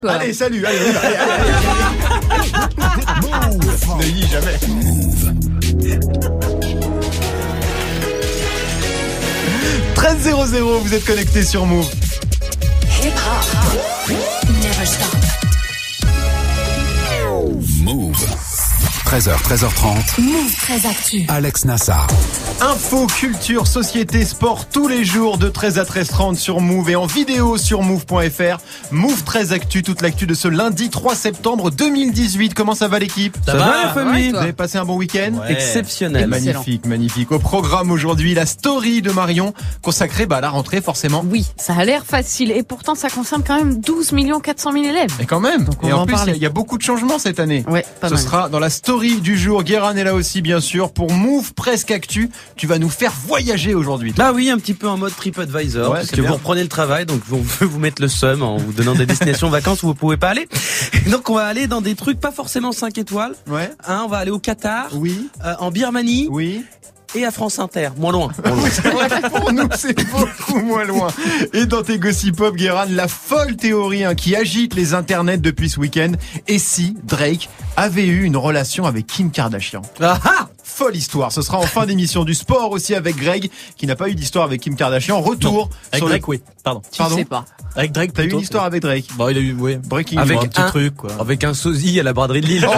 Allez, salut, allez. Ne dis jamais. 13h00, vous êtes connectés sur Move. Hip hop, never stop. Move. 13h, 13h30. Move 13 Actu. Alex Nassar. Info, culture, société, sport, tous les jours de 13 à 13h30 sur Move et en vidéo sur move.fr. Move 13 Actu, toute l'actu de ce lundi 3 septembre 2018. Comment ça va l'équipe? Ça va la famille? Vous avez passé un bon week-end? Ouais. Exceptionnel. Magnifique. Au programme aujourd'hui, la story de Marion consacrée à la rentrée forcément. Oui, ça a l'air facile et pourtant ça concerne quand même 12 400 000 élèves. Et quand même. Donc on et va en en plus, parler. il y a beaucoup de changements cette année. Ouais, pas Ce mal. sera dans la story du jour. Guérin est là aussi, bien sûr, pour Move Presque Actu. Tu vas nous faire voyager aujourd'hui. Bah oui, un petit peu en mode TripAdvisor, Ouais, parce c'est que bien. vous reprenez le travail, donc on veut vous mettre le seum en vous donnant des destinations vacances où vous pouvez pas aller. Et donc on va aller dans des trucs pas forcément 5 étoiles. Ouais. On va aller au Qatar, Oui. en Birmanie Oui. et à France Inter. Moins loin. Pour nous, c'est beaucoup moins loin. Et dans tes gossip pop, Guérin, la folle théorie qui agite les internets depuis ce week-end. Et si Drake avait eu une relation avec Kim Kardashian? Ah ah! Folle histoire. Ce sera en fin d'émission. Du sport aussi avec Greg, qui n'a pas eu d'histoire avec Kim Kardashian. Retour Avec sur Drake, oui. Pardon. Tu Pardon sais pas. Avec Drake, T'as eu plutôt. une histoire avec Drake? Bon, il a eu, oui. Breaking Avec news. Un petit un- truc, quoi. Avec un sosie à la braderie de Lille.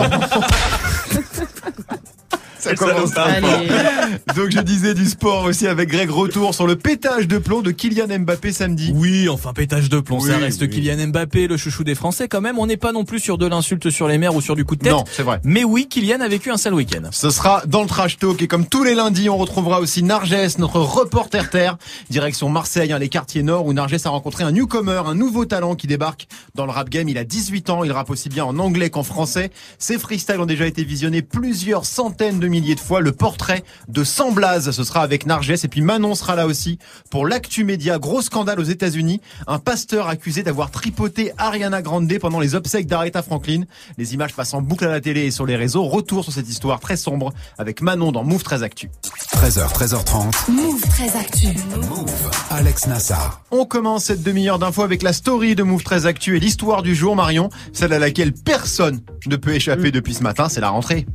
Ça commence pas. Allez. Donc je disais du sport aussi avec Greg. Retour sur le pétage de plomb de Kylian Mbappé samedi. Oui, enfin, pétage de plomb. Oui, ça reste oui. Kylian Mbappé, le chouchou des Français, quand même. On n'est pas non plus sur de l'insulte sur les mers ou sur du coup de tête. Non, c'est vrai. Mais oui, Kylian a vécu un sale week-end. Ce sera dans le Trash Talk et comme tous les lundis, on retrouvera aussi Narges, notre reporter terre, direction Marseille, les quartiers nord où Narges a rencontré un newcomer, un nouveau talent qui débarque dans le rap game. Il a 18 ans, il rappe aussi bien en anglais qu'en français. Ses freestyles ont déjà été visionnés plusieurs centaines de milliers de fois. Le portrait de Samblaz, ce sera avec Narges et puis Manon sera là aussi pour l'actu média. Gros scandale aux États-Unis, un pasteur accusé d'avoir tripoté Ariana Grande pendant les obsèques d'Aretha Franklin. Les images passent en boucle à la télé et sur les réseaux. Retour sur cette histoire très sombre avec Manon dans Move 13 Actu. 13h, 13h30. Move 13 Actu. Move. Alex Nassar. On commence cette demi-heure d'infos avec la story de Move 13 Actu et l'histoire du jour, Marion, celle à laquelle personne ne peut échapper depuis ce matin, c'est la rentrée.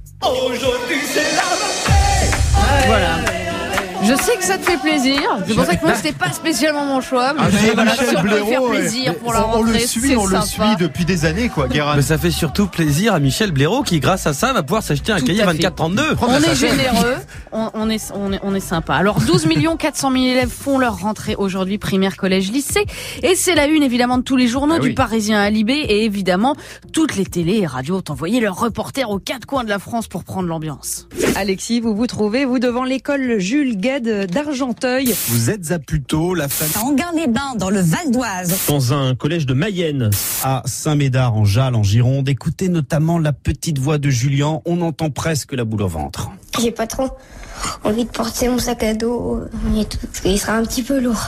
Voilà. Je sais que ça te fait plaisir. C'est pour ça que moi c'était pas spécialement mon choix. Mais c'est voilà, Michel si on peut Blaireau, faire ouais. plaisir pour la on rentrée, le c'est suit sympa. depuis des années, quoi, Guérin. Mais ça fait surtout plaisir à Michel Blaireau qui, grâce à ça, va pouvoir s'acheter un Tout cahier à fait. 24-32. Prendre On la est sachet. généreux, on est sympa. Alors 12 400 000 élèves font leur rentrée aujourd'hui, primaire, collège, lycée. Et c'est la une évidemment de tous les journaux, Ah du oui. Parisien à Libé. Et évidemment, toutes les télés et radios ont envoyé leurs reporters aux quatre coins de la France pour prendre l'ambiance. Alexis, vous vous trouvez, vous, devant l'école Jules Gued d'Argenteuil. Vous êtes à Puteaux, la famille À Anguin-les-Bains, dans le Val d'Oise. dans un collège de Mayenne, à Saint-Médard en Jalles en Gironde. Écoutez notamment la petite voix de Julien, on entend presque la boule au ventre. J'ai pas trop envie de porter mon sac à dos et tout, parce qu'il sera un petit peu lourd.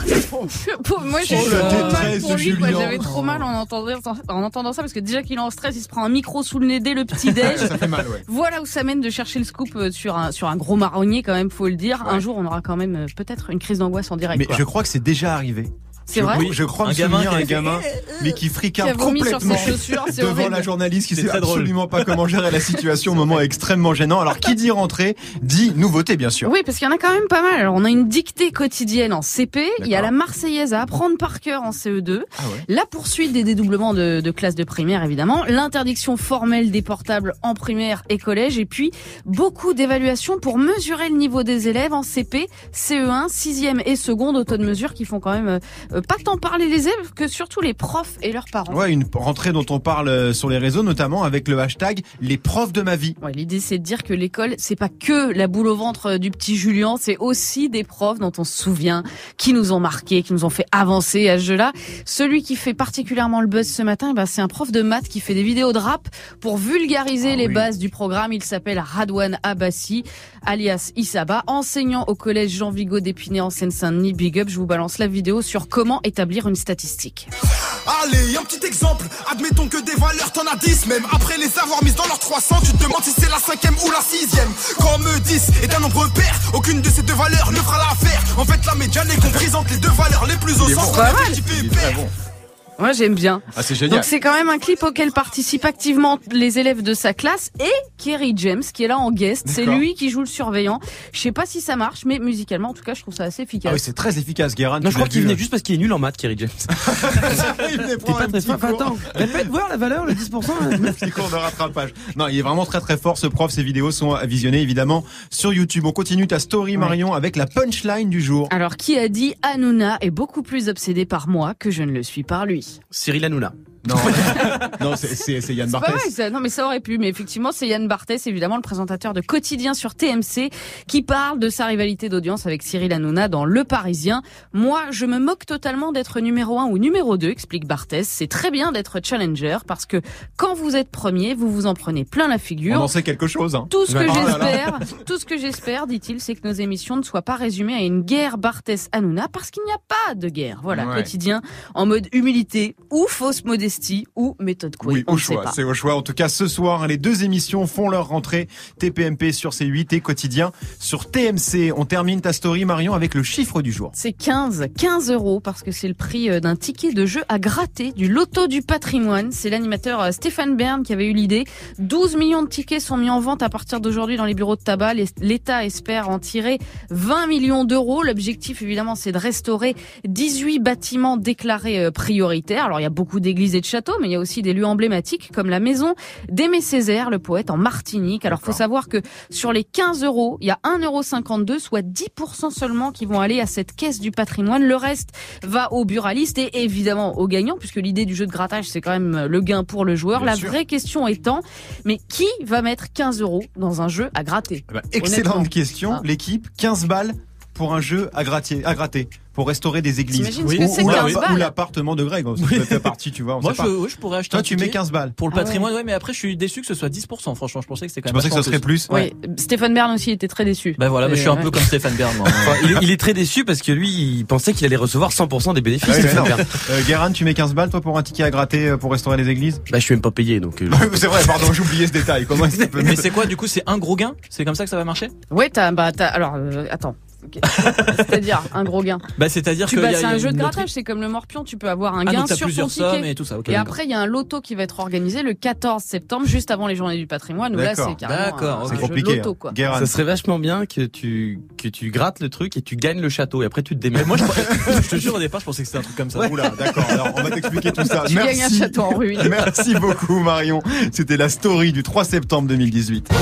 Moi j'ai Oh, trop la mal détresse pour de lui, quoi. Julien. J'avais trop mal en entendant ça parce que déjà qu'il est en stress, il se prend un micro sous le nez dès le petit déj. Ça fait mal, ouais. Voilà où ça mène de chercher le scoop sur un gros marronnier quand même, faut le dire. Ouais. Un jour on aura quand même peut-être une crise d'angoisse en direct. Mais quoi. je crois que c'est déjà arrivé. C'est vrai. Je crois me Un gamin souvenir qui a un gamin, mais qui Qui friquait a vomi sur complètement ses chaussures, c'est devant horrible. la journaliste qui C'est sait très drôle. absolument pas comment gérer la situation au moment extrêmement gênant. Alors qui dit rentrée, dit nouveauté bien sûr. Oui, parce qu'il y en a quand même pas mal. Alors, on a une dictée quotidienne en CP, il y a D'accord. la Marseillaise à apprendre par cœur en CE2, Ah ouais. la poursuite des dédoublements de classes de primaire évidemment, l'interdiction formelle des portables en primaire et collège, et puis beaucoup d'évaluations pour mesurer le niveau des élèves en CP, CE1, 6e et seconde, auto de mesure qui font quand même pas tant parler les élèves que surtout les profs et leurs parents. Ouais, une rentrée dont on parle sur les réseaux, notamment avec le hashtag les profs de ma vie. Ouais, l'idée c'est de dire que l'école c'est pas que la boule au ventre du petit Julien, c'est aussi des profs dont on se souvient, qui nous ont marqué, qui nous ont fait avancer à ce jeu-là. Celui qui fait particulièrement le buzz ce matin, c'est un prof de maths qui fait des vidéos de rap pour vulgariser les bases du programme. Il s'appelle Radouane Abbassi, alias Issaba, enseignant au collège Jean Vigo d'Épinay en Seine-Saint-Denis. Big up, je vous balance la vidéo sur comment établir une statistique. Allez, un petit exemple. Admettons que des valeurs t'en as 10. Même après les avoir mises dans leurs 300, tu te demandes si c'est la 5e ou la 6e. Comme 10 est un nombre pair, aucune de ces deux valeurs ne fera l'affaire. En fait, la médiane est comprise entre les deux valeurs les plus au Il est centre. bon. La Pas mal. qui fait Il est pair. très bon. Moi, j'aime bien. Ah, c'est génial. Donc, c'est quand même un clip auquel participent activement les élèves de sa classe et Kerry James, qui est là en guest. C'est D'accord. lui qui joue le surveillant. Je sais pas si ça marche, mais musicalement, en tout cas, je trouve ça assez efficace. Ah oui, c'est très efficace, Guérin. Non, je crois qu'il venait juste parce qu'il est nul en maths, Kerry James. Il venait T'es prendre pas un très petit fort. cours. Attends, répète voir la valeur, le 10%. Un petit cours de rattrapage. Non, il est vraiment très très fort ce prof. Ses vidéos sont à visionner évidemment sur YouTube. On continue ta story, Marion, avec la punchline du jour. Alors, qui a dit Hanouna est beaucoup plus obsédé par moi que je ne le suis par lui? Cyril Hanouna. Non, non, c'est Yann C'est pas Barthès. vrai, ça. Non, mais ça aurait pu. Mais effectivement, c'est Yann Barthès, évidemment, le présentateur de Quotidien sur TMC, qui parle de sa rivalité d'audience avec Cyril Hanouna dans Le Parisien. Moi, je me moque totalement d'être numéro 1 ou numéro 2, explique Barthès. C'est très bien d'être challenger parce que quand vous êtes premier, vous vous en prenez plein la figure. On en sait quelque chose, hein. Tout ce que Oh là là. tout ce que j'espère, dit-il, c'est que nos émissions ne soient pas résumées à une guerre Barthès-Hanouna parce qu'il n'y a pas de guerre. Voilà, Ouais. Quotidien en mode humilité ou fausse modestie ou méthode Coué. Oui, on au ne sait choix. pas. C'est au choix. En tout cas, ce soir, les deux émissions font leur rentrée. TPMP sur C8 et Quotidien sur TMC. On termine ta story, Marion, avec le chiffre du jour. C'est 15 euros parce que c'est le prix d'un ticket de jeu à gratter du loto du patrimoine. C'est l'animateur Stéphane Bern qui avait eu l'idée. 12 millions de tickets sont mis en vente à partir d'aujourd'hui dans les bureaux de tabac. L'État espère en tirer 20 millions d'euros. L'objectif, évidemment, c'est de restaurer 18 bâtiments déclarés prioritaires. Alors, il y a beaucoup d'églises et de châteaux, mais il y a aussi des lieux emblématiques comme la maison d'Aimé Césaire, le poète en Martinique. Alors, faut savoir que sur les 15 euros, il y a 1,52 €, soit 10% seulement qui vont aller à cette caisse du patrimoine. Le reste va aux buralistes et évidemment aux gagnants, puisque l'idée du jeu de grattage, c'est quand même le gain pour le joueur. Bien La sûr. vraie question étant, mais qui va mettre 15 euros dans un jeu à gratter? Eh ben, excellente Honnêtement. question. Ah. L'équipe, 15 balles pour un jeu à gratter, pour restaurer des églises. T'imagines ce que c'est, 15 balles? Ou l'appartement de Greg. Ça fait partie, tu vois. On Moi, sait pas. je pourrais acheter Toi, un tu mets ticket 15 balles. pour le Ah ouais. patrimoine, ouais, mais après, je suis déçu que ce soit 10%. Franchement, je pensais que c'était quand Tu même pensais que ce vachement serait plus? Oui, Stéphane Bern aussi était très déçu. Ben voilà, mais je suis un Ouais. peu comme Stéphane Bern, moi. Enfin, il est très déçu parce que lui, il pensait qu'il allait recevoir 100% des bénéfices. Ah oui, Stéphane non. Bern. Guérin, tu mets 15 balles, toi, pour un ticket à gratter pour restaurer les églises? Bah, je suis même pas payé, donc. C'est vrai, pardon, j'ai oublié ce détail. Comment est-ce que ça peut Mais c'est quoi, du coup, c'est un gros gain? C'est comme ça que ça va marcher? Ouais, alors, attends. Ok. C'est-à-dire un gros gain. Bah, c'est-à-dire que C'est un jeu de grattage, c'est comme le morpion, tu peux avoir un Ah, gain donc t'as sur ton plusieurs ticket. sommes et tout ça, ok. Et d'accord. après, il y a un loto qui va être organisé le 14 septembre, juste avant les journées du patrimoine, où là, D'accord. c'est carrément D'accord, un ok. C'est jeu compliqué. loto, quoi. Guérin. Ça serait vachement bien que tu grattes le truc et tu gagnes le château et après tu te démerdes. Moi, je te jure, au départ, je pensais que c'était un truc comme ça. Oula, d'accord. Alors, on va t'expliquer tout ça. Tu gagnes un château en ruine. Merci beaucoup, Marion. C'était la story du 3 septembre 2018.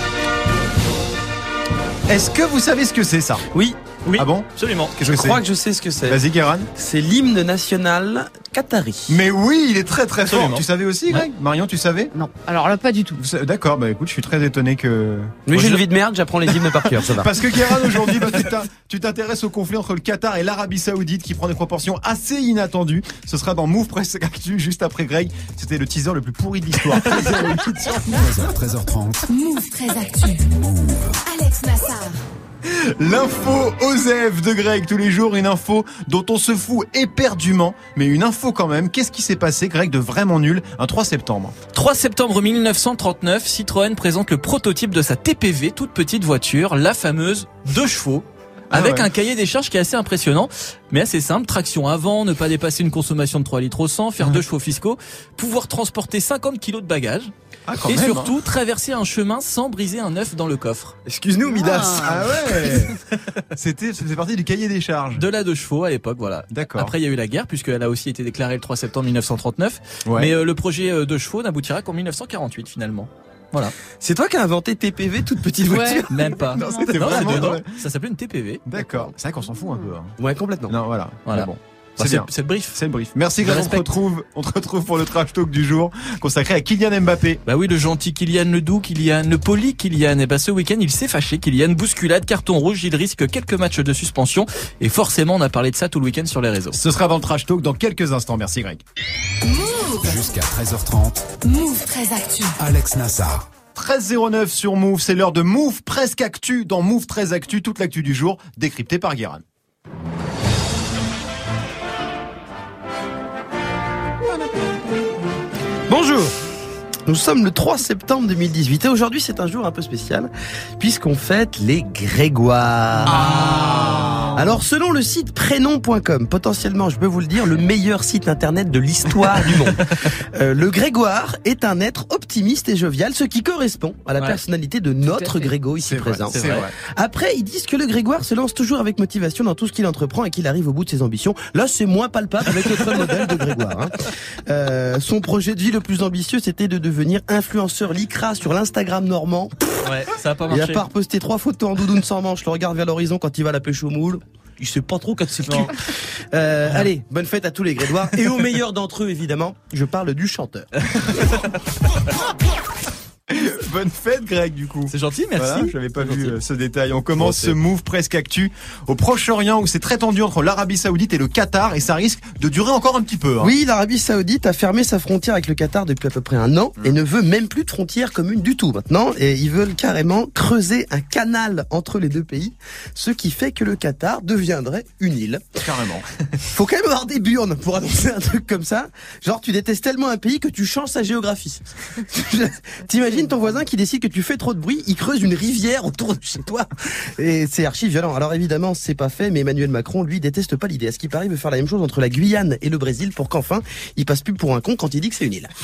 Est-ce que vous savez ce que c'est, ça? Oui, Oui, Ah bon? absolument. je crois que je sais ce que c'est. Vas-y, Guérin. C'est l'hymne national qatari. Mais oui, il est très très fort. Absolument. Tu savais aussi, Greg? Marion, tu savais? Non, alors là, pas du tout. D'accord, bah écoute, je suis très étonné que... Mais j'ai une vie de merde, j'apprends les hymnes par cœur, ça va. Parce que Guérin, aujourd'hui, bah, tu t'intéresses au conflit entre le Qatar et l'Arabie Saoudite qui prend des proportions assez inattendues. Ce sera dans Move Press Actu juste après Greg. C'était le teaser le plus pourri de l'histoire. 13h, 13h30. Move très actu. Alex Nassar. L'info OSEF de Greg, tous les jours, une info dont on se fout éperdument, mais une info quand même. Qu'est-ce qui s'est passé, Greg, de vraiment nul, un 3 septembre 3 septembre 1939, Citroën présente le prototype de sa TPV, toute petite voiture, la fameuse 2 chevaux. Avec ouais. un cahier des charges qui est assez impressionnant, mais assez simple. Traction avant, ne pas dépasser une consommation de 3 litres au 100, faire 2 chevaux fiscaux, pouvoir transporter 50 kilos de bagages, Ah, quand et même, surtout traverser un chemin sans briser un œuf dans le coffre. Excuse-nous, Midas. Ah ouais. C'était parti du cahier des charges. De la 2 chevaux à l'époque, voilà. D'accord. Après, il y a eu la guerre, puisqu'elle a aussi été déclarée le 3 septembre 1939. Ouais. Mais le projet 2 chevaux n'aboutira qu'en 1948, finalement. Voilà. C'est toi qui as inventé TPV, toute petite voiture? Même pas. Non, c'était Non, vraiment c'est dedans. vrai. Ça s'appelait une TPV. D'accord. C'est vrai qu'on s'en fout un peu. Hein. Ouais, complètement. Non, voilà. Voilà. Mais bon. Bah, C'est bien. c'est le brief. C'est le brief. Merci Je Greg, respecte. on te retrouve pour le trash talk du jour consacré à Kylian Mbappé. Bah oui, le gentil Kylian, le doux Kylian, le poli Kylian. Et bah ce week-end, il s'est fâché. Kylian, bousculade, carton rouge, il risque quelques matchs de suspension. Et forcément, on a parlé de ça tout le week-end sur les réseaux. Ce sera dans le trash talk dans quelques instants. Merci Greg. Jusqu'à 13h30. Move très actu. Alex Nassar. 13h09 sur Move, c'est l'heure de Move Presque Actu. Dans Move 13 Actu, toute l'actu du jour, décryptée par Guérin. Bonjour. Nous sommes le 3 septembre 2018 et aujourd'hui c'est un jour un peu spécial puisqu'on fête les Grégoire. Alors, selon le site prénom.com, potentiellement, je peux vous le dire, le meilleur site internet de l'histoire du monde. Le Grégoire est un être optimiste et jovial, ce qui correspond à la personnalité de notre Grégo ici présent. C'est vrai. Après, ils disent que le Grégoire se lance toujours avec motivation dans tout ce qu'il entreprend et qu'il arrive au bout de ses ambitions. Là, c'est moins palpable avec notre modèle de Grégoire. Son projet de vie le plus ambitieux, c'était de devenir influenceur lycra sur l'Instagram normand. Ouais, ça a pas marché. Et à part poster 3 photos en doudoune sans manche, le regarde vers l'horizon quand il va à la pêche au moule. Il sait pas trop casser le cul. Allez, bonne fête à tous les Grégoires. Et au meilleur d'entre eux, évidemment, je parle du chanteur. Bonne fête Greg du coup. C'est gentil, merci. Voilà, j'avais pas vu ce détail. On commence ce move presque actu au Proche-Orient où c'est très tendu entre l'Arabie Saoudite et le Qatar et ça risque de durer encore un petit peu. Oui, l'Arabie Saoudite a fermé sa frontière avec le Qatar depuis à peu près un an et ne veut même plus de frontière commune du tout maintenant. Et ils veulent carrément creuser un canal entre les deux pays, ce qui fait que le Qatar deviendrait une île. Carrément. Faut quand même avoir des burnes pour annoncer un truc comme ça. Genre tu détestes tellement un pays que tu changes sa géographie. T'imagines ton voisin qui décide que tu fais trop de bruit, il creuse une rivière autour de chez toi. Et c'est archi violent. Alors évidemment, c'est pas fait, mais Emmanuel Macron, lui, déteste pas l'idée. À ce qui paraît, il veut faire la même chose entre la Guyane et le Brésil pour qu'enfin, il passe plus pour un con quand il dit que c'est une île.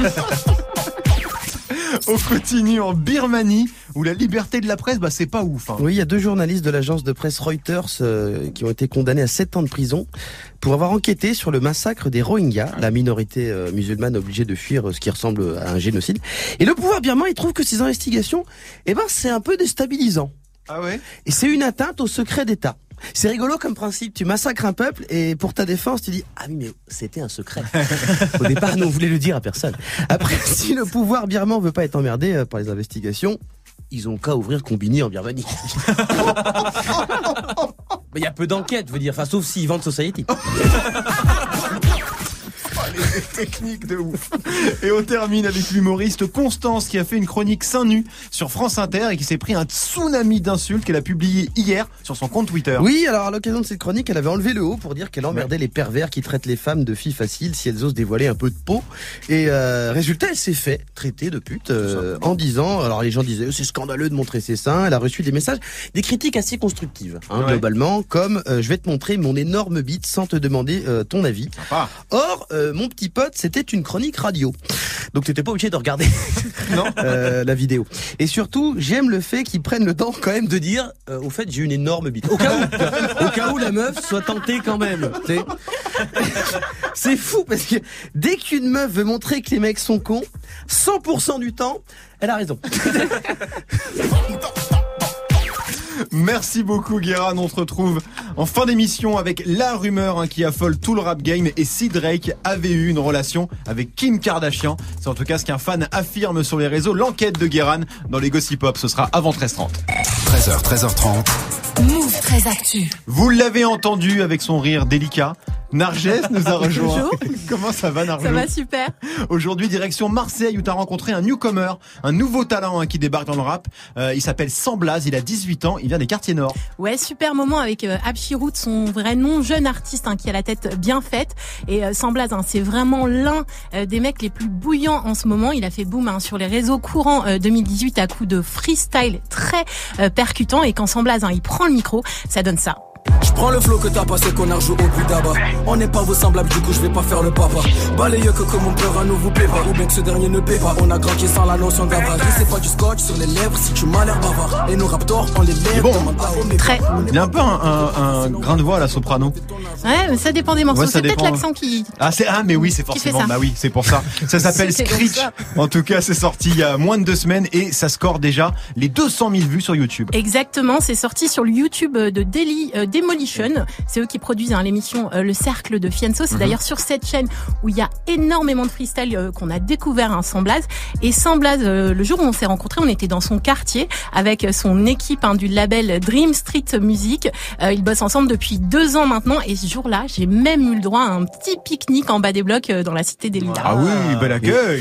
On continue en Birmanie où la liberté de la presse, c'est pas ouf. Oui, il y a 2 journalistes de l'agence de presse Reuters qui ont été condamnés à 7 ans de prison pour avoir enquêté sur le massacre des Rohingyas, la minorité musulmane obligée de fuir ce qui ressemble à un génocide. Et le pouvoir birman, il trouve que ces investigations, c'est un peu déstabilisant. Ah ouais ? Et c'est une atteinte au secret d'État. C'est rigolo comme principe, tu massacres un peuple et pour ta défense tu dis ah oui mais c'était un secret. Au départ nous on voulait le dire à personne. Après si le pouvoir birman veut pas être emmerdé par les investigations, ils ont qu'à ouvrir Combini en Birmanie. Mais il y a peu d'enquêtes, veut dire, sauf s'ils vendent Society. Les techniques de ouf. Et on termine avec l'humoriste Constance qui a fait une chronique seins nus sur France Inter et qui s'est pris un tsunami d'insultes qu'elle a publié hier sur son compte Twitter. Oui, alors à l'occasion de cette chronique, elle avait enlevé le haut pour dire qu'elle emmerdait les pervers qui traitent les femmes de filles faciles si elles osent dévoiler un peu de peau. Et résultat, elle s'est fait traiter de pute en disant, alors les gens disaient c'est scandaleux de montrer ses seins. Elle a reçu des messages, des critiques assez constructives, globalement, comme je vais te montrer mon énorme bite sans te demander ton avis. Sympa. Or, mon petit pote, c'était une chronique radio. Donc t'étais pas obligé de regarder la vidéo. Et surtout, j'aime le fait qu'ils prennent le temps quand même de dire au fait, j'ai une énorme bite. Au cas où la meuf soit tentée quand même. T'sais. C'est fou parce que dès qu'une meuf veut montrer que les mecs sont cons, 100% du temps, elle a raison. Merci beaucoup Guérin, on se retrouve en fin d'émission avec la rumeur qui affole tout le rap game et si Drake avait eu une relation avec Kim Kardashian. C'est en tout cas ce qu'un fan affirme sur les réseaux. L'enquête de Guérin dans les Gossip Pop, ce sera avant 13h30. 13h, 13h30. Move 13 Actu. Vous l'avez entendu avec son rire délicat. Narges nous a rejoint. Bonjour. Comment ça va Narges ? Ça va super. Aujourd'hui, direction Marseille où tu as rencontré un newcomer, un nouveau talent qui débarque dans le rap. Il s'appelle Samblaz, il a 18 ans, il vient des quartiers nord. Ouais, super moment avec Abshirout, son vrai nom, jeune artiste qui a la tête bien faite. Et Samblaz, c'est vraiment l'un des mecs les plus bouillants en ce moment. Il a fait boom sur les réseaux courant 2018 à coup de freestyle très percutant. Et quand Samblaz, il prend le micro, ça donne ça. Je prends le flow que t'as passé, qu'on a rejoué au plus d'abord. On n'est pas vos semblables, du coup je vais pas faire le papa. Balayeux que mon peur ne vous plaît pas, ou bien que ce dernier ne paie pas. On a grandi sans la notion d'avare. C'est pas du scotch sur les lèvres si tu m'as l'air bavard. Et nos raptors, on les lève. Bon, très. Il a un peu un grain de voix à la soprano. Ouais, mais ça dépend des morceaux. Ouais, c'est dépend. peut-être l'accent qui. Mais oui, c'est forcément. Bah oui, c'est pour ça. Ça s'appelle Screech. En tout cas, c'est sorti il y a moins de 2 semaines et ça score déjà les 200 000 vues sur YouTube. Exactement, c'est sorti sur le YouTube de Demolition. C'est eux qui produisent l'émission Le Cercle de Fianso. C'est d'ailleurs sur cette chaîne où il y a énormément de freestyle qu'on a découvert Samblaz. Et Samblaz, le jour où on s'est rencontrés, on était dans son quartier avec son équipe du label Dream Street Music. Ils bossent ensemble depuis 2 ans maintenant. Et ce jour-là, j'ai même eu le droit à un petit pique-nique en bas des blocs dans la cité des Lilas. Ah oui, bel accueil.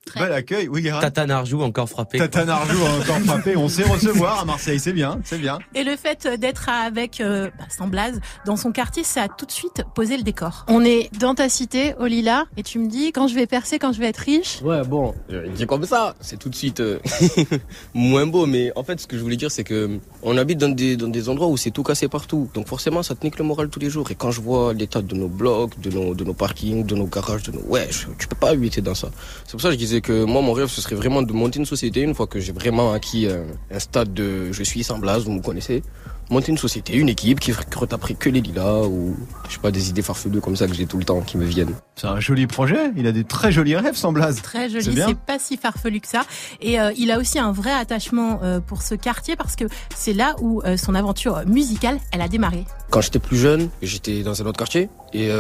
Bel accueil, oui, Guérin. Tata Narjou encore frappé. Tata Narjou encore frappé. On sait recevoir à Marseille, c'est bien, c'est bien. Et le fait d'être avec Sans Blaze dans son quartier, ça a tout de suite posé le décor. On est dans ta cité, au Lilas, et tu me dis quand je vais percer, quand je vais être riche. Ouais, bon, dit comme ça, c'est tout de suite moins beau. Mais en fait, ce que je voulais dire, c'est que on habite dans des endroits où c'est tout cassé partout. Donc forcément, ça te nique le moral tous les jours. Et quand je vois l'état de nos blocs, de nos parkings, de nos garages, tu peux pas habiter dans ça. C'est pour ça que je disais que moi, mon rêve, ce serait vraiment de monter une société une fois que j'ai vraiment acquis un stade de je suis Sans Blaze, vous me connaissez. Monter une société, une équipe qui retaperait que les Lilas ou je sais pas, des idées farfelues comme ça que j'ai tout le temps qui me viennent. C'est un joli projet, il a des très jolis rêves, Sans Blaze. Très joli, c'est pas si farfelu que ça. Et il a aussi un vrai attachement pour ce quartier parce que c'est là où son aventure musicale, elle a démarré. Quand j'étais plus jeune, j'étais dans un autre quartier et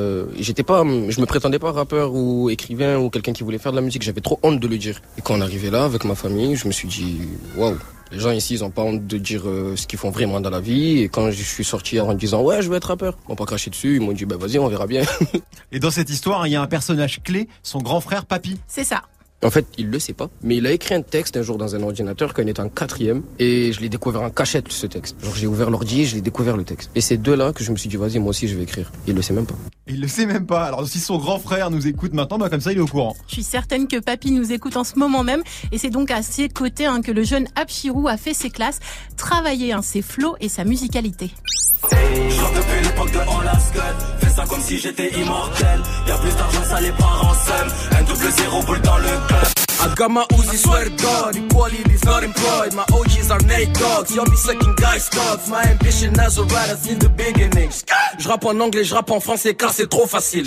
je me prétendais pas rappeur ou écrivain ou quelqu'un qui voulait faire de la musique, j'avais trop honte de le dire. Et quand on arrivait là avec ma famille, je me suis dit waouh. Les gens ici, ils ont pas honte de dire ce qu'ils font vraiment dans la vie. Et quand je suis sorti en disant ouais, je veux être rappeur, ils m'ont pas craché dessus. Ils m'ont dit vas-y, on verra bien. Et dans cette histoire, il y a un personnage clé, son grand frère Papy. C'est ça. En fait, il le sait pas, mais il a écrit un texte un jour dans un ordinateur quand il était en 4e et je l'ai découvert en cachette, ce texte. Genre, j'ai ouvert l'ordi et je l'ai découvert le texte. Et c'est de là que je me suis dit, vas-y, moi aussi, je vais écrire. Il le sait même pas. Il le sait même pas. Alors, si son grand frère nous écoute maintenant, comme ça, il est au courant. Je suis certaine que Papy nous écoute en ce moment même et c'est donc à ses côtés que le jeune Abshirou a fait ses classes, travaillé ses flows et sa musicalité. Hey, je rentre depuis l'époque de On Last Gun. Fais ça comme si j'étais immortel. Y'a plus d'argent, ça les parents s'aiment. 1-0 boule dans le club. I got my Uzi, swear to God, equality is not employed. My OGs are naked dogs, y'all be sucking guys' cocks. My ambition as a writer since the beginning. Je rappe en anglais, je rappe en français car c'est trop facile.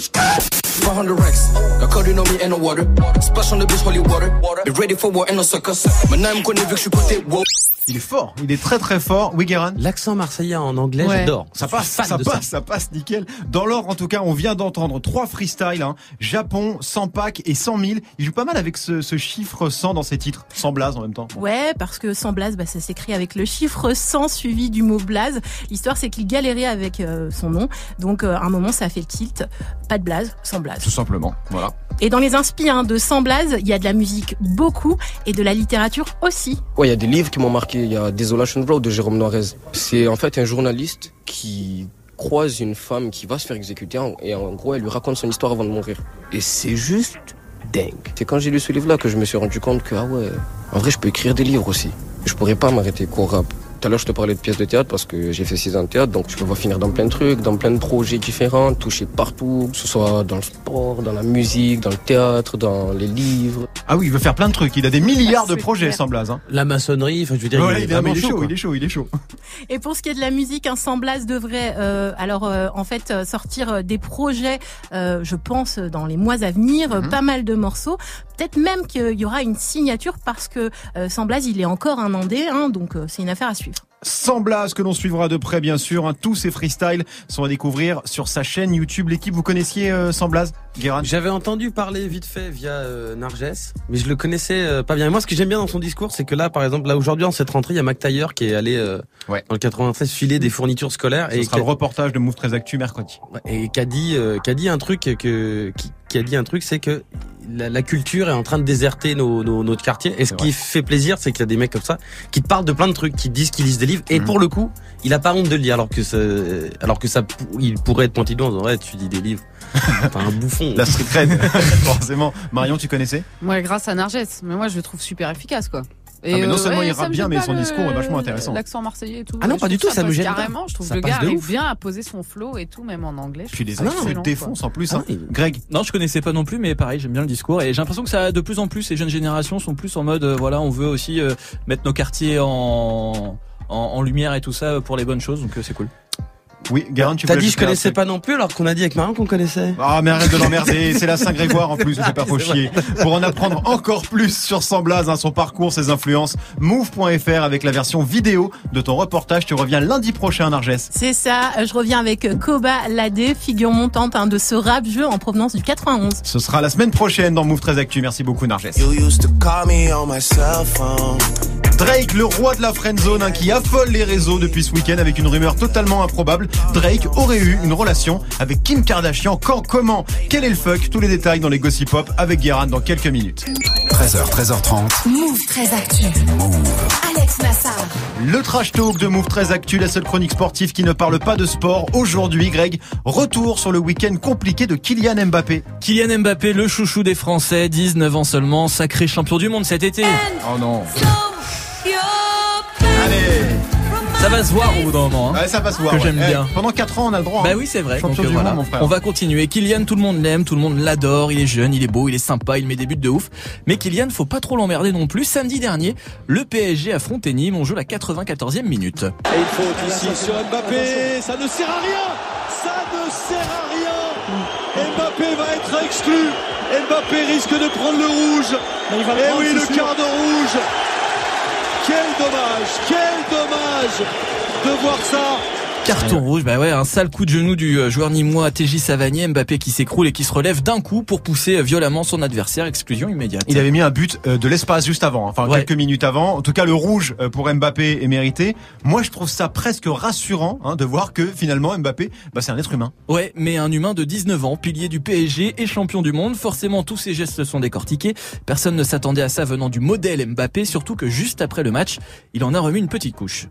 400 Rex, got caught in on me and no water. Splash on the bitch, holy water. Be ready for war and no suckers. Maintenant, il me connaît vu que je suis côté wow. Il est fort, il est très très fort. Oui, Guérin. L'accent marseillais en anglais, j'adore. Ça passe nickel. Dans l'ordre, en tout cas, on vient d'entendre 3 freestyles, Japon, 100 packs et 100 000. Il joue pas mal avec ce chiffre 100 dans ses titres. 100 blaze en même temps. Bon. Ouais, parce que 100 blaze, ça s'écrit avec le chiffre 100 suivi du mot blaze. L'histoire, c'est qu'il galérait avec son nom. Donc, à un moment, ça a fait le tilt. Pas de blaze, 100 blaze. Tout simplement, voilà. Et dans les inspi de 100 blaze, il y a de la musique beaucoup et de la littérature aussi. Ouais, il y a des livres qui m'ont marqué. Il y a Desolation Road de Jérôme Noirez. C'est en fait un journaliste qui croise une femme qui va se faire exécuter et en gros elle lui raconte son histoire avant de mourir. Et c'est juste dingue. C'est quand j'ai lu ce livre-là que je me suis rendu compte que en vrai je peux écrire des livres aussi. Je pourrais pas m'arrêter qu'au rap. Tout à l'heure, je te parlais de pièces de théâtre parce que j'ai fait 6 ans de théâtre, donc je peux finir dans plein de trucs, dans plein de projets différents, toucher partout, que ce soit dans le sport, dans la musique, dans le théâtre, dans les livres. Ah oui, il veut faire plein de trucs. Il a des milliards de projets, Sans Blaze. La maçonnerie, je veux dire, il est chaud. Et pour ce qui est de la musique, Sans Blaze devrait sortir des projets, je pense, dans les mois à venir, pas mal de morceaux. Peut-être même qu'il y aura une signature parce que Sans Blaze, il est encore un andé, donc c'est une affaire à suivre. Sans Blaze que l'on suivra de près bien sûr. Tous ces freestyles sont à découvrir sur sa chaîne YouTube. L'équipe, vous connaissiez Sans Blaze, Guérin? J'avais entendu parler vite fait via Narges, mais je le connaissais pas bien. Et moi, ce que j'aime bien dans son discours, c'est que là, par exemple, aujourd'hui en cette rentrée, il y a Mac Taylor qui est allé dans le 93 filer des fournitures scolaires. Ce sera le reportage de Move 13 Actu mercredi. Et qui a dit un truc c'est que la culture est en train de déserter notre quartier. Et ce qui fait plaisir, c'est qu'il y a des mecs comme ça qui te parlent de plein de trucs, qui te disent qu'ils lisent des livres. Et pour le coup, il a pas honte de le dire, alors que il pourrait être pointé du doigt en disant ouais, tu lis des livres. Enfin, un bouffon. La street cred, forcément. Marion, tu connaissais? Moi, grâce à Narges. Mais moi, je le trouve super efficace, quoi. Et mais non seulement il rappe bien, mais son discours est vachement intéressant. L'accent marseillais et tout. Ah non, pas du tout, ça me gêne carrément. Je trouve que le gars arrive bien à poser son flow et tout, même en anglais. Puis les accents le défoncent en plus. Greg? Non, je connaissais pas non plus, mais pareil, j'aime bien le discours et j'ai l'impression que ça, de plus en plus, les jeunes générations sont plus en mode, on veut aussi mettre nos quartiers en lumière et tout ça pour les bonnes choses, donc c'est cool. Oui, Guérin, tu t'as dit je connaissais pas non plus, alors qu'on a dit avec Marion qu'on connaissait. Ah, mais arrête de l'emmerder, c'est la Saint-Grégoire en plus, on fait pas faut chier. Pour en apprendre encore plus sur Sans Blaze, son parcours, ses influences, move.fr avec la version vidéo de ton reportage. Tu reviens lundi prochain, Narges. C'est ça, je reviens avec Koba Ladé, figure montante de ce rap jeu en provenance du 91. Ce sera la semaine prochaine dans Move 13 Actu. Merci beaucoup, Narges. Drake, le roi de la friendzone, hein, qui affole les réseaux depuis ce week-end avec une rumeur totalement improbable. Drake aurait eu une relation avec Kim Kardashian. Quand, comment, quel est le fuck? Tous les détails dans les Gossip Pop avec Guérin dans quelques minutes. 13h, 13h30. Move 13 Actu. Alex Nassar. Le trash talk de Move 13 Actu, la seule chronique sportive qui ne parle pas de sport. Aujourd'hui, Greg, retour sur le week-end compliqué de Kylian Mbappé. Kylian Mbappé, le chouchou des Français, 19 ans seulement, sacré champion du monde cet été. Oh non. Ça va se voir au bout d'un moment. Ouais, ça va se voir. Que j'aime bien. Pendant 4 ans, on a le droit. Bah oui, c'est vrai. Champion Donc, du voilà. monde, mon frère. On va continuer. Kylian, tout le monde l'aime, tout le monde l'adore. Il est jeune, il est beau, il est sympa, il met des buts de ouf. Mais Kylian, faut pas trop l'emmerder non plus. Samedi dernier, le PSG affrontait Nîmes. On joue la 94e minute. Et il faut ici sur Mbappé. Ça ne sert à rien. Ça ne sert à rien. Mbappé va être exclu. Mbappé risque de prendre le rouge. Et oui, le quart de rouge. Quel dommage de voir ça. Carton rouge, bah ouais, un sale coup de genou du joueur nîmois TJ Savanier. Mbappé qui s'écroule et qui se relève d'un coup pour pousser violemment son adversaire. Exclusion immédiate. Il avait mis un but de l'espace juste avant, enfin quelques minutes avant. En tout cas, le rouge pour Mbappé est mérité. Moi, je trouve ça presque rassurant de voir que finalement Mbappé, c'est un être humain. Ouais, mais un humain de 19 ans, pilier du PSG et champion du monde. Forcément, tous ses gestes sont décortiqués. Personne ne s'attendait à ça venant du modèle Mbappé, surtout que juste après le match, il en a remis une petite couche.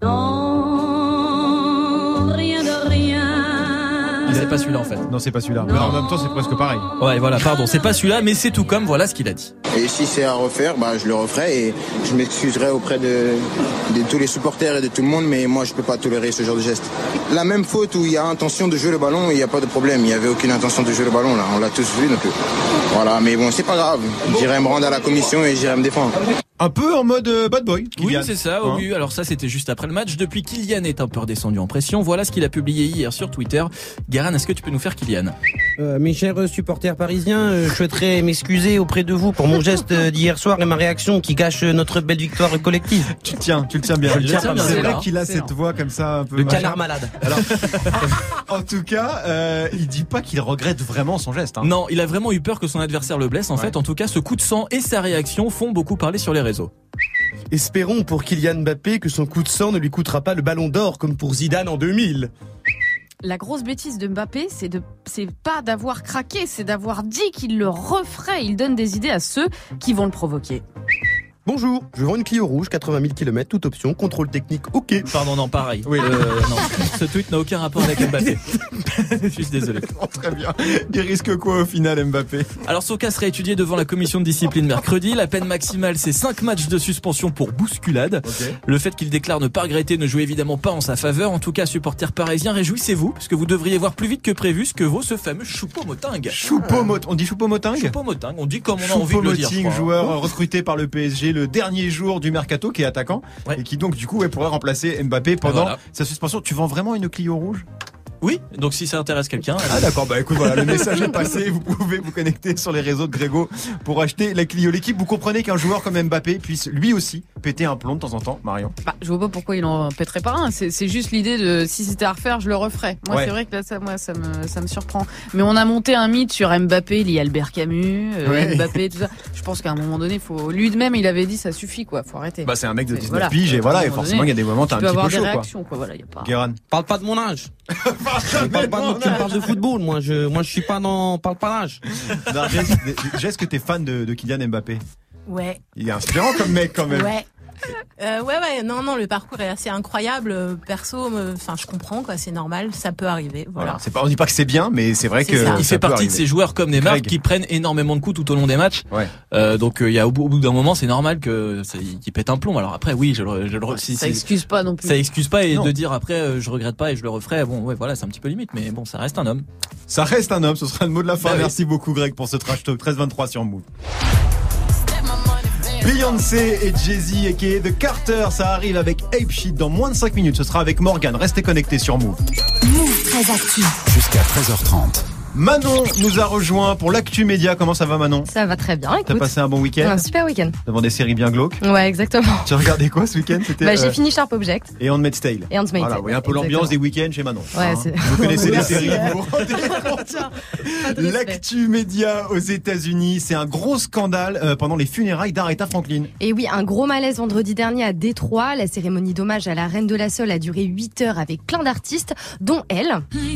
Rien de rien. C'est pas celui-là en fait. Non, c'est pas celui-là. Mais en même temps, c'est presque pareil. Ouais, voilà, pardon, c'est pas celui-là, mais c'est tout comme, voilà ce qu'il a dit. Et si c'est à refaire, je le referai et je m'excuserai auprès de tous les supporters et de tout le monde, mais moi je peux pas tolérer ce genre de geste. La même faute où il y a intention de jouer le ballon, il n'y a pas de problème, il n'y avait aucune intention de jouer le ballon là, on l'a tous vu donc voilà, mais bon, c'est pas grave, j'irai me rendre à la commission et j'irai me défendre. Un peu en mode bad boy. Kylian. Oui, c'est ça. Oui, alors ça, c'était juste après le match. Depuis, Kylian est un peu redescendu en pression. Voilà ce qu'il a publié hier sur Twitter. Guérin, est-ce que tu peux nous faire Kylian? Mes chers supporters parisiens, je souhaiterais m'excuser auprès de vous pour mon geste d'hier soir et ma réaction qui gâche notre belle victoire collective. Tu le tiens bien. C'est vrai qu'il a cette voix comme ça un peu. Le canard malade. Alors, en tout cas, il dit pas qu'il regrette vraiment son geste. Non, il a vraiment eu peur que son adversaire le blesse. En fait, en tout cas, ce coup de sang et sa réaction font beaucoup parler sur les réseaux. Espérons pour Kylian Mbappé que son coup de sang ne lui coûtera pas le ballon d'or comme pour Zidane en 2000. La grosse bêtise de Mbappé, c'est pas d'avoir craqué, c'est d'avoir dit qu'il le referait. Il donne des idées à ceux qui vont le provoquer. Bonjour, je vends une Clio rouge, 80 000 km, toute option, contrôle technique, ok. Pardon, non, pareil. Oui. Non, ce tweet n'a aucun rapport avec Mbappé. Je suis désolé. Très bien. Il risque quoi au final, Mbappé? Alors, son cas sera étudié devant la commission de discipline mercredi. La peine maximale, c'est 5 matchs de suspension pour bousculade. Okay. Le fait qu'il déclare ne pas regretter ne joue évidemment pas en sa faveur. En tout cas, supporters parisiens, réjouissez-vous, puisque vous devriez voir plus vite que prévu ce que vaut ce fameux Choupo-Moting. On dit Choupo-Moting? Choupo-Moting, on dit comme on a envie de le dire. Choupo-Moting, joueur recruté par le PSG le dernier jour du mercato, qui est attaquant, et qui donc du coup pourrait remplacer Mbappé pendant sa suspension. Tu vends vraiment une Clio rouge? Oui, donc si ça intéresse quelqu'un. Ah d'accord, écoute, voilà, le message est passé. Vous pouvez vous connecter sur les réseaux de Grégo pour acheter la Clio. L'équipe, vous comprenez qu'un joueur comme Mbappé puisse lui aussi péter un plomb de temps en temps, Marion? Je vois pas pourquoi il en pèterait pas un. C'est juste l'idée de si c'était à refaire, je le referais. Moi, c'est vrai que là, ça me surprend. Mais on a monté un mythe sur Mbappé, il y a Albert Camus, Mbappé, tout ça. Je pense qu'à un moment donné, lui-même, il avait dit ça suffit, quoi. Faut arrêter. C'est un mec de 19 piges et voilà, et forcément, il y a des moments, t'as un petit peu chaud, réactions, quoi. Voilà, y a pas. Guérin. Parle pas de mon âge. Tu parles de football, moi je suis pas dans. Parle pas d'âge. Est-ce que t'es fan de Kylian Mbappé? Ouais. Il est inspirant comme mec quand même. Ouais. Non, le parcours est assez incroyable. Perso, je comprends, quoi, c'est normal, ça peut arriver. Voilà. On dit pas que c'est bien, mais c'est vrai que il fait partie de ces joueurs comme Neymar qui prennent énormément de coups tout au long des matchs. Ouais. Donc il y a au bout d'un moment, c'est normal qu'il pète un plomb. Alors après, oui, ça excuse pas non plus. Ça excuse pas et de dire après, je regrette pas et je le referai. Bon, ouais, voilà, c'est un petit peu limite, mais bon, ça reste un homme. Ça reste un homme. Ce sera le mot de la fin. Merci beaucoup, Greg, pour ce trash talk 13-23 sur Move. Beyoncé et Jay-Z aka The Carter, ça arrive avec Ape Shit dans moins de 5 minutes. Ce sera avec Morgane. Restez connectés sur Move. Move 13 Actu. Jusqu'à 13h30. Manon nous a rejoint pour l'actu média. Comment ça va, Manon? Ça va très bien, écoute. T'as passé un bon week-end? Un super week-end. Devant des séries bien glauques? Ouais, exactement. Tu as regardé quoi ce week-end? C'était j'ai fini Sharp Object. Et Handmaid's Tale. Et Handmaid's Tale. Voilà, vous voyez un peu l'ambiance des week-ends chez Manon. Ouais, vous connaissez les séries, vous vous rendez compte. L'actu média aux États-Unis, c'est un gros scandale pendant les funérailles d'Aretha Franklin. Et oui, un gros malaise vendredi dernier à Détroit. La cérémonie d'hommage à la reine de la Soul a duré 8 heures avec plein d'artistes, dont elle.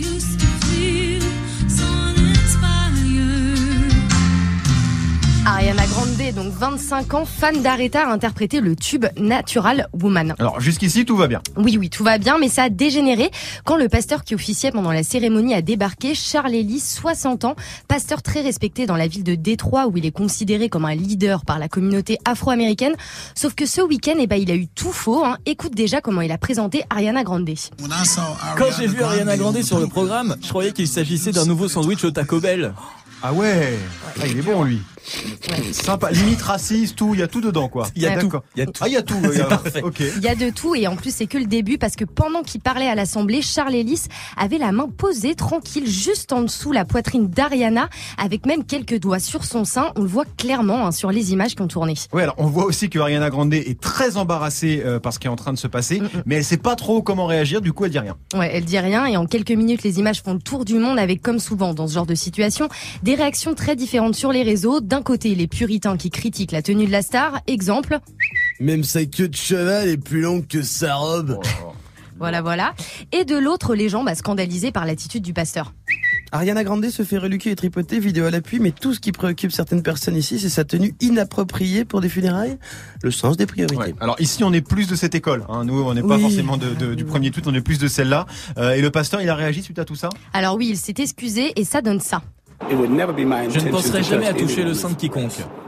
Ariana Grande, donc 25 ans, fan d'Aretha, a interprété le tube Natural Woman. Alors jusqu'ici tout va bien. Oui, tout va bien, mais ça a dégénéré quand le pasteur qui officiait pendant la cérémonie a débarqué, Charles Ellis, 60 ans, pasteur très respecté dans la ville de Détroit où il est considéré comme un leader par la communauté afro-américaine. Sauf que ce week-end, il a eu tout faux. Écoute déjà comment il a présenté Ariana Grande. Quand j'ai vu Ariana Grande sur le programme, je croyais qu'il s'agissait d'un nouveau sandwich au Taco Bell. Ah ouais, il est bon lui. Sympa, limite raciste, tout, il y a tout dedans quoi. Il y a tout. Ah, il y a tout. C'est parfait. Okay. Il y a de tout et en plus c'est que le début parce que pendant qu'il parlait à l'Assemblée, Charles Ellis avait la main posée tranquille juste en dessous la poitrine d'Ariana avec même quelques doigts sur son sein. On le voit clairement sur les images qui ont tourné. Oui, alors on voit aussi que Ariana Grande est très embarrassée par ce qui est en train de se passer, mais elle sait pas trop comment réagir, du coup elle dit rien. Ouais, elle dit rien et en quelques minutes les images font le tour du monde avec comme souvent dans ce genre de situation des réactions très différentes sur les réseaux. D'un côté les puritains qui critiquent la tenue de la star, exemple. Même sa queue de cheval est plus longue que sa robe. Voilà. Et de l'autre, les gens scandalisés par l'attitude du pasteur. Ariana Grande se fait reluquer et tripoter, vidéo à l'appui, mais tout ce qui préoccupe certaines personnes ici, c'est sa tenue inappropriée pour des funérailles, le sens des priorités. Ouais. Alors ici, on est plus de cette école. Nous, on n'est pas forcément du premier tweet, on est plus de celle-là. Et le pasteur, il a réagi suite à tout ça? Alors oui, il s'est excusé et ça donne ça. Je ne penserai jamais à toucher le sein de quiconque.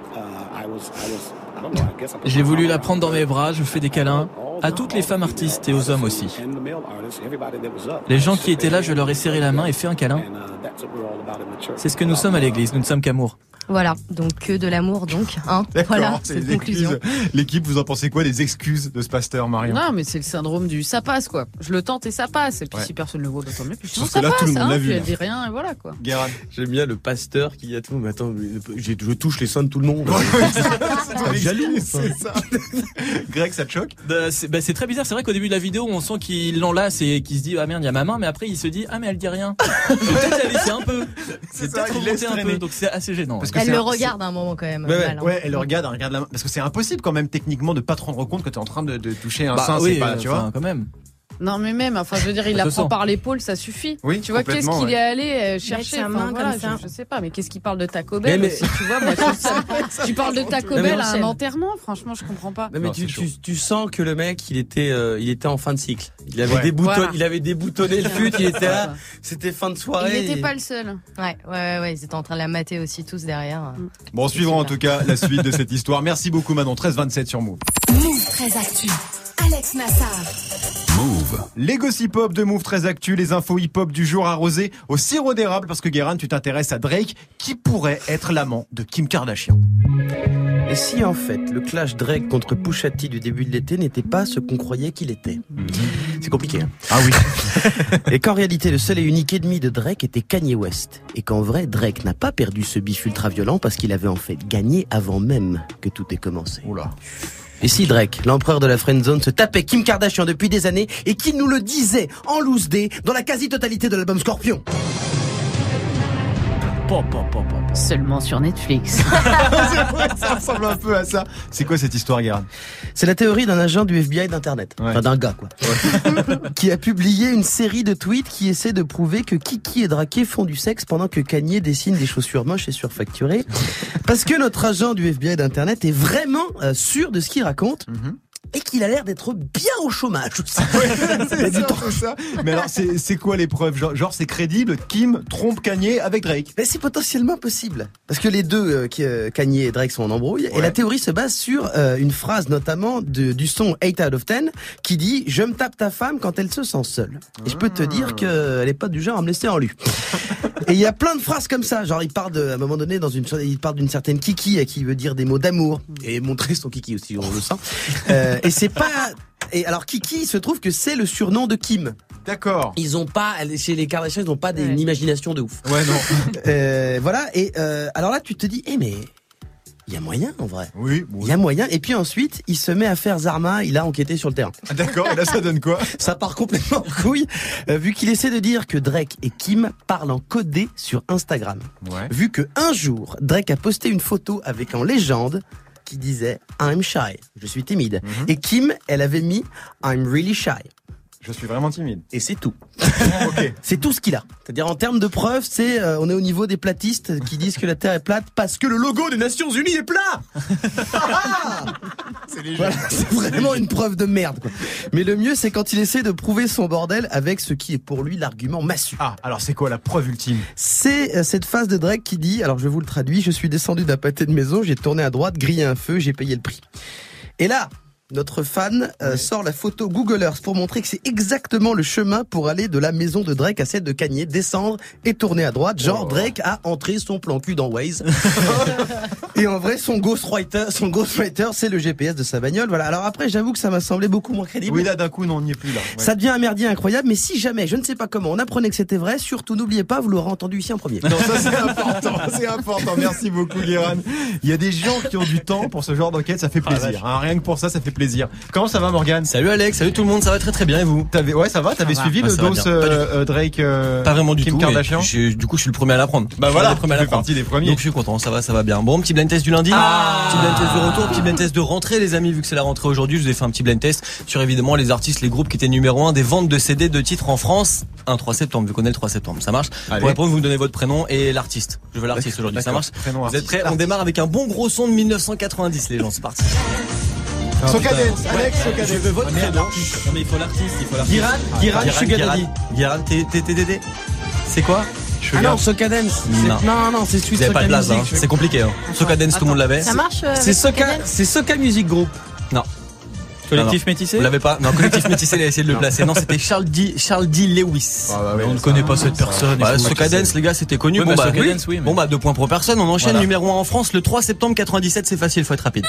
J'ai voulu la prendre dans mes bras, je fais des câlins à toutes les femmes artistes et aux hommes aussi. Les gens qui étaient là, je leur ai serré la main et fait un câlin. C'est ce que nous sommes à l'église, nous ne sommes qu'amour. Voilà, donc que de l'amour donc. Voilà, c'est la conclusion. L'équipe, vous en pensez quoi des excuses de ce pasteur, Marion? Non, mais c'est le syndrome du ça passe quoi. Je le tente et ça passe. Et puis si personne ne le voit, tant mieux. Puis ça là, passe, tout le monde l'a vu. Puis elle dit rien et voilà quoi. Guérin. J'aime bien le pasteur qui a tout. Mais attends, je touche les seins de tout le monde. C'est jaloux, c'est ça. Greg, ça te choque? C'est très bizarre. C'est vrai qu'au début de la vidéo, on sent qu'il l'enlace et qu'il se dit ah merde, il y a ma main. Mais après, il se dit ah mais elle dit rien. Peut-être la laisser un peu. C'est peut-être remonter un peu. Donc c'est assez gênant. Elle le regarde un moment quand même. Ouais, elle le regarde la main. Parce que c'est impossible quand même techniquement de pas te rendre compte que t'es en train de toucher un sein, c'est pas, tu vois. Quand même. Non mais même, je veux dire, il la prend par l'épaule, ça suffit. Oui, tu vois, qu'est-ce qu'il est allé chercher? Je sais pas, mais qu'est-ce qu'il parle de Taco Bell aussi, tu vois, moi, tu parles de Taco Bell à un enterrement, franchement, je comprends pas. Non, mais tu sens que le mec, il était en fin de cycle. Il avait il avait déboutonné le fut, il était là, c'était fin de soirée. Il n'était pas le seul. Ouais, ils étaient en train de la mater aussi tous derrière. Bon, on suivra en tout cas la suite de cette histoire. Merci beaucoup Manon, 13-27 sur Move. Move très actu. Alex Nassar. Move. Les gossip hop de Move très actu, les infos hip-hop du jour arrosées au sirop d'érable parce que Guérin, tu t'intéresses à Drake qui pourrait être l'amant de Kim Kardashian. Et si en fait le clash Drake contre Pusha T du début de l'été n'était pas ce qu'on croyait qu'il était? C'est compliqué. Ah oui. Et qu'en réalité le seul et unique ennemi de Drake était Kanye West. Et qu'en vrai Drake n'a pas perdu ce bif ultra violent parce qu'il avait en fait gagné avant même que tout ait commencé. Oula. Et si Drake, l'empereur de la friendzone, se tapait Kim Kardashian depuis des années et qu'il nous le disait en loose day dans la quasi-totalité de l'album Scorpion? Seulement sur Netflix. Ça ressemble un peu à ça. C'est quoi cette histoire, Guérin? C'est la théorie d'un agent du FBI d'Internet. Enfin, d'un gars, quoi. Qui a publié une série de tweets qui essaie de prouver que Kiki et Drake font du sexe pendant que Kanye dessine des chaussures moches et surfacturées. Parce que notre agent du FBI d'Internet est vraiment sûr de ce qu'il raconte. Et qu'il a l'air d'être bien au chômage. C'est ça. Mais alors, c'est quoi les preuves? Genre, c'est crédible, Kim trompe Kanye avec Drake? Mais c'est potentiellement possible. Parce que les deux, Kanye et Drake, sont en embrouille. Ouais. Et la théorie se base sur une phrase notamment du son 8 out of 10 qui dit « Je me tape ta femme quand elle se sent seule ». Et je peux te dire qu'elle est pas du genre à me laisser en lui. Et il y a plein de phrases comme ça. Genre, il part à un moment donné, il parle d'une certaine Kiki qui veut dire des mots d'amour. Et montrer son Kiki aussi, on le sent. Et c'est pas... Et alors Kiki, il se trouve que c'est le surnom de Kim. D'accord. Ils ont pas, chez les Kardashians, ils ont pas une imagination de ouf. Ouais, non. Voilà. Et alors là, tu te dis, mais il y a moyen en vrai. Oui. Il y a moyen. Et puis ensuite, il se met à faire Zarma. Il a enquêté sur le terrain. Ah, d'accord. Et là, ça donne quoi? Ça part complètement en couille, vu qu'il essaie de dire que Drake et Kim parlent en codé sur Instagram. Ouais. Vu que un jour, Drake a posté une photo avec en légende qui disait I'm shy, je suis timide. Et Kim, elle avait mis I'm really shy. Je suis vraiment timide. Et c'est tout. Ok. C'est tout ce qu'il a. C'est-à-dire en termes de preuves, c'est on est au niveau des platistes qui disent que la Terre est plate parce que le logo des Nations Unies est plat. C'est léger. Voilà, c'est vraiment une preuve de merde, quoi. Mais le mieux, c'est quand il essaie de prouver son bordel avec ce qui est pour lui l'argument massu. Ah, alors c'est quoi la preuve ultime? C'est cette phrase de Drake qui dit, alors je vous le traduis, je suis descendu d'un pâté de maison, j'ai tourné à droite, grillé un feu, j'ai payé le prix. Et là, notre fan sort la photo Google Earth pour montrer que c'est exactement le chemin pour aller de la maison de Drake à celle de Kanye, descendre et tourner à droite. Genre Drake a entré son plan cul dans Waze. Et en vrai, son ghostwriter, c'est le GPS de sa bagnole. Voilà. Alors après, j'avoue que ça m'a semblé beaucoup moins crédible. Oui, là d'un coup, non, on n'y est plus là. Ouais. Ça devient un merdier incroyable. Mais si jamais, je ne sais pas comment, on apprenait que c'était vrai, surtout n'oubliez pas, vous l'aurez entendu ici en premier. Non, ça c'est important, c'est important. Merci beaucoup, Guérin. Il y a des gens qui ont du temps pour ce genre d'enquête, ça fait plaisir. Rien que pour ça, ça fait plaisir. Comment ça va, Morgane? Salut Alex, salut tout le monde, ça va très bien et vous? Ouais, ça va, t'avais suivi le dos Drake pas vraiment du Kim tout, Kardashian? Du coup je suis le premier à l'apprendre. Bah voilà, tu fais partie des premiers. Donc je suis content, ça va bien. Bon, petit blind test du lundi, petit blind test de retour, petit blind test de rentrée les amis, vu que c'est la rentrée aujourd'hui, je vous ai fait un petit blind test sur évidemment les artistes, les groupes qui étaient numéro 1 des ventes de CD de titres en France. 3 septembre, vu qu'on est le 3 septembre, ça marche. Allez. Pour répondre, vous me donnez votre prénom et l'artiste. Je veux l'artiste aujourd'hui, ça marche. Vous êtes prêts? On démarre avec un bon gros son de 1990 les gens, c'est parti. Socadence, Alex, Socadence. Je veux votre prénom. Non mais il faut l'artiste, Guiran, Sugar Daddy. Guiran, TTTD. C'est quoi? Ah non, Socadence. Non, c'est Sweet Vous avez pas de Soca place, hein. Music. C'est compliqué, hein. Socadence, tout le monde l'avait. Ça marche C'est Soca Music Group. Non. Collectif métissé? Vous l'avez pas? Non, collectif métissé, il a essayé de le placer. Non, c'était Charles D. Lewis. Ah bah ouais, on ne connaît pas cette personne. Socadence, les gars, c'était connu. Oui, Socadence, oui. Bon, 2 points pour personne. On enchaîne numéro 1 en France le 3 septembre 97. C'est facile, faut être rapide.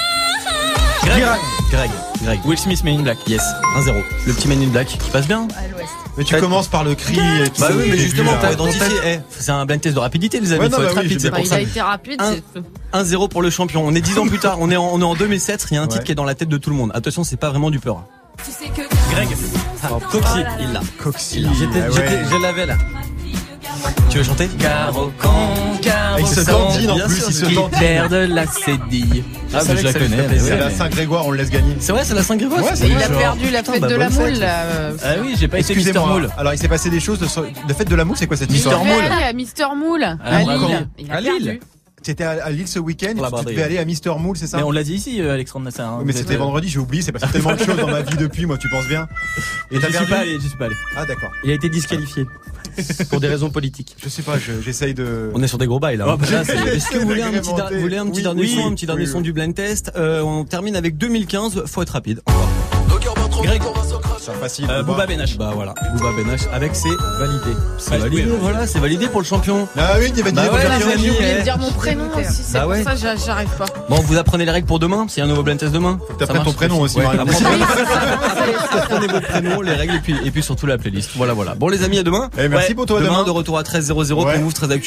Greg. Will Smith, Men in Black. Yes. 1-0. Le petit Men in Black qui passe bien. Mais tu commences par le cri. Bah oui, mais justement, pour identifier. C'est un blind test de rapidité, les amis. Faut être rapide, c'est pour Il ça. a été rapide. 1-0 pour le champion. On est 10 ans plus tard. On est en 2007. Il y a un titre qui est dans la tête de tout le monde. Attention, c'est pas vraiment du peur. Greg. Coxy, il l'a. Je l'avais là. Tu veux chanter? Caro Il se dandine en plus, il se dandine. Perd de la cédille. Ah, mais je la connais. C'est la Saint-Grégoire, on le laisse gagner. C'est vrai, c'est la Saint-Grégoire? Ouais, Il a perdu la fête de la moule, là. Ah oui, j'ai pas été Mr. Moule. Alors, il s'est passé des choses de fête de la moule, c'est quoi cette histoire? Mister Moule, à Lille. Il a perdu. C'était à Lille ce week-end, tu devais aller à Mister Moule, c'est ça? Mais on l'a dit ici, Alexandre Nassar. Mais c'était vendredi, j'ai oublié, c'est passé tellement de choses dans ma vie depuis, moi, tu penses bien. Et j'y suis pas allé. Ah, d'accord. Il a été disqualifié. Pour des raisons politiques. Je sais pas, j'essaye de... On est sur des gros bails là. Est-ce que vous voulez un petit dernier son du blind test? On termine avec 2015, faut être rapide. Greg. Facile. Booba Benache. Bah voilà, Booba Benache avec c'est validé. C'est validé, voilà, c'est validé pour le champion. Ah oui, il y avait les amis. J'ai oublié de dire mon prénom aussi, c'est pour ça que j'arrive pas. Bon, vous apprenez les règles pour demain, c'est un nouveau blind test demain. T'apprends ton prénom aussi, Marion. Apprenez votre prénom, les règles et puis surtout la playlist. Voilà. Bon les amis, à demain. Merci pour toi, demain de retour à 13h00 pour Move 13 Actu.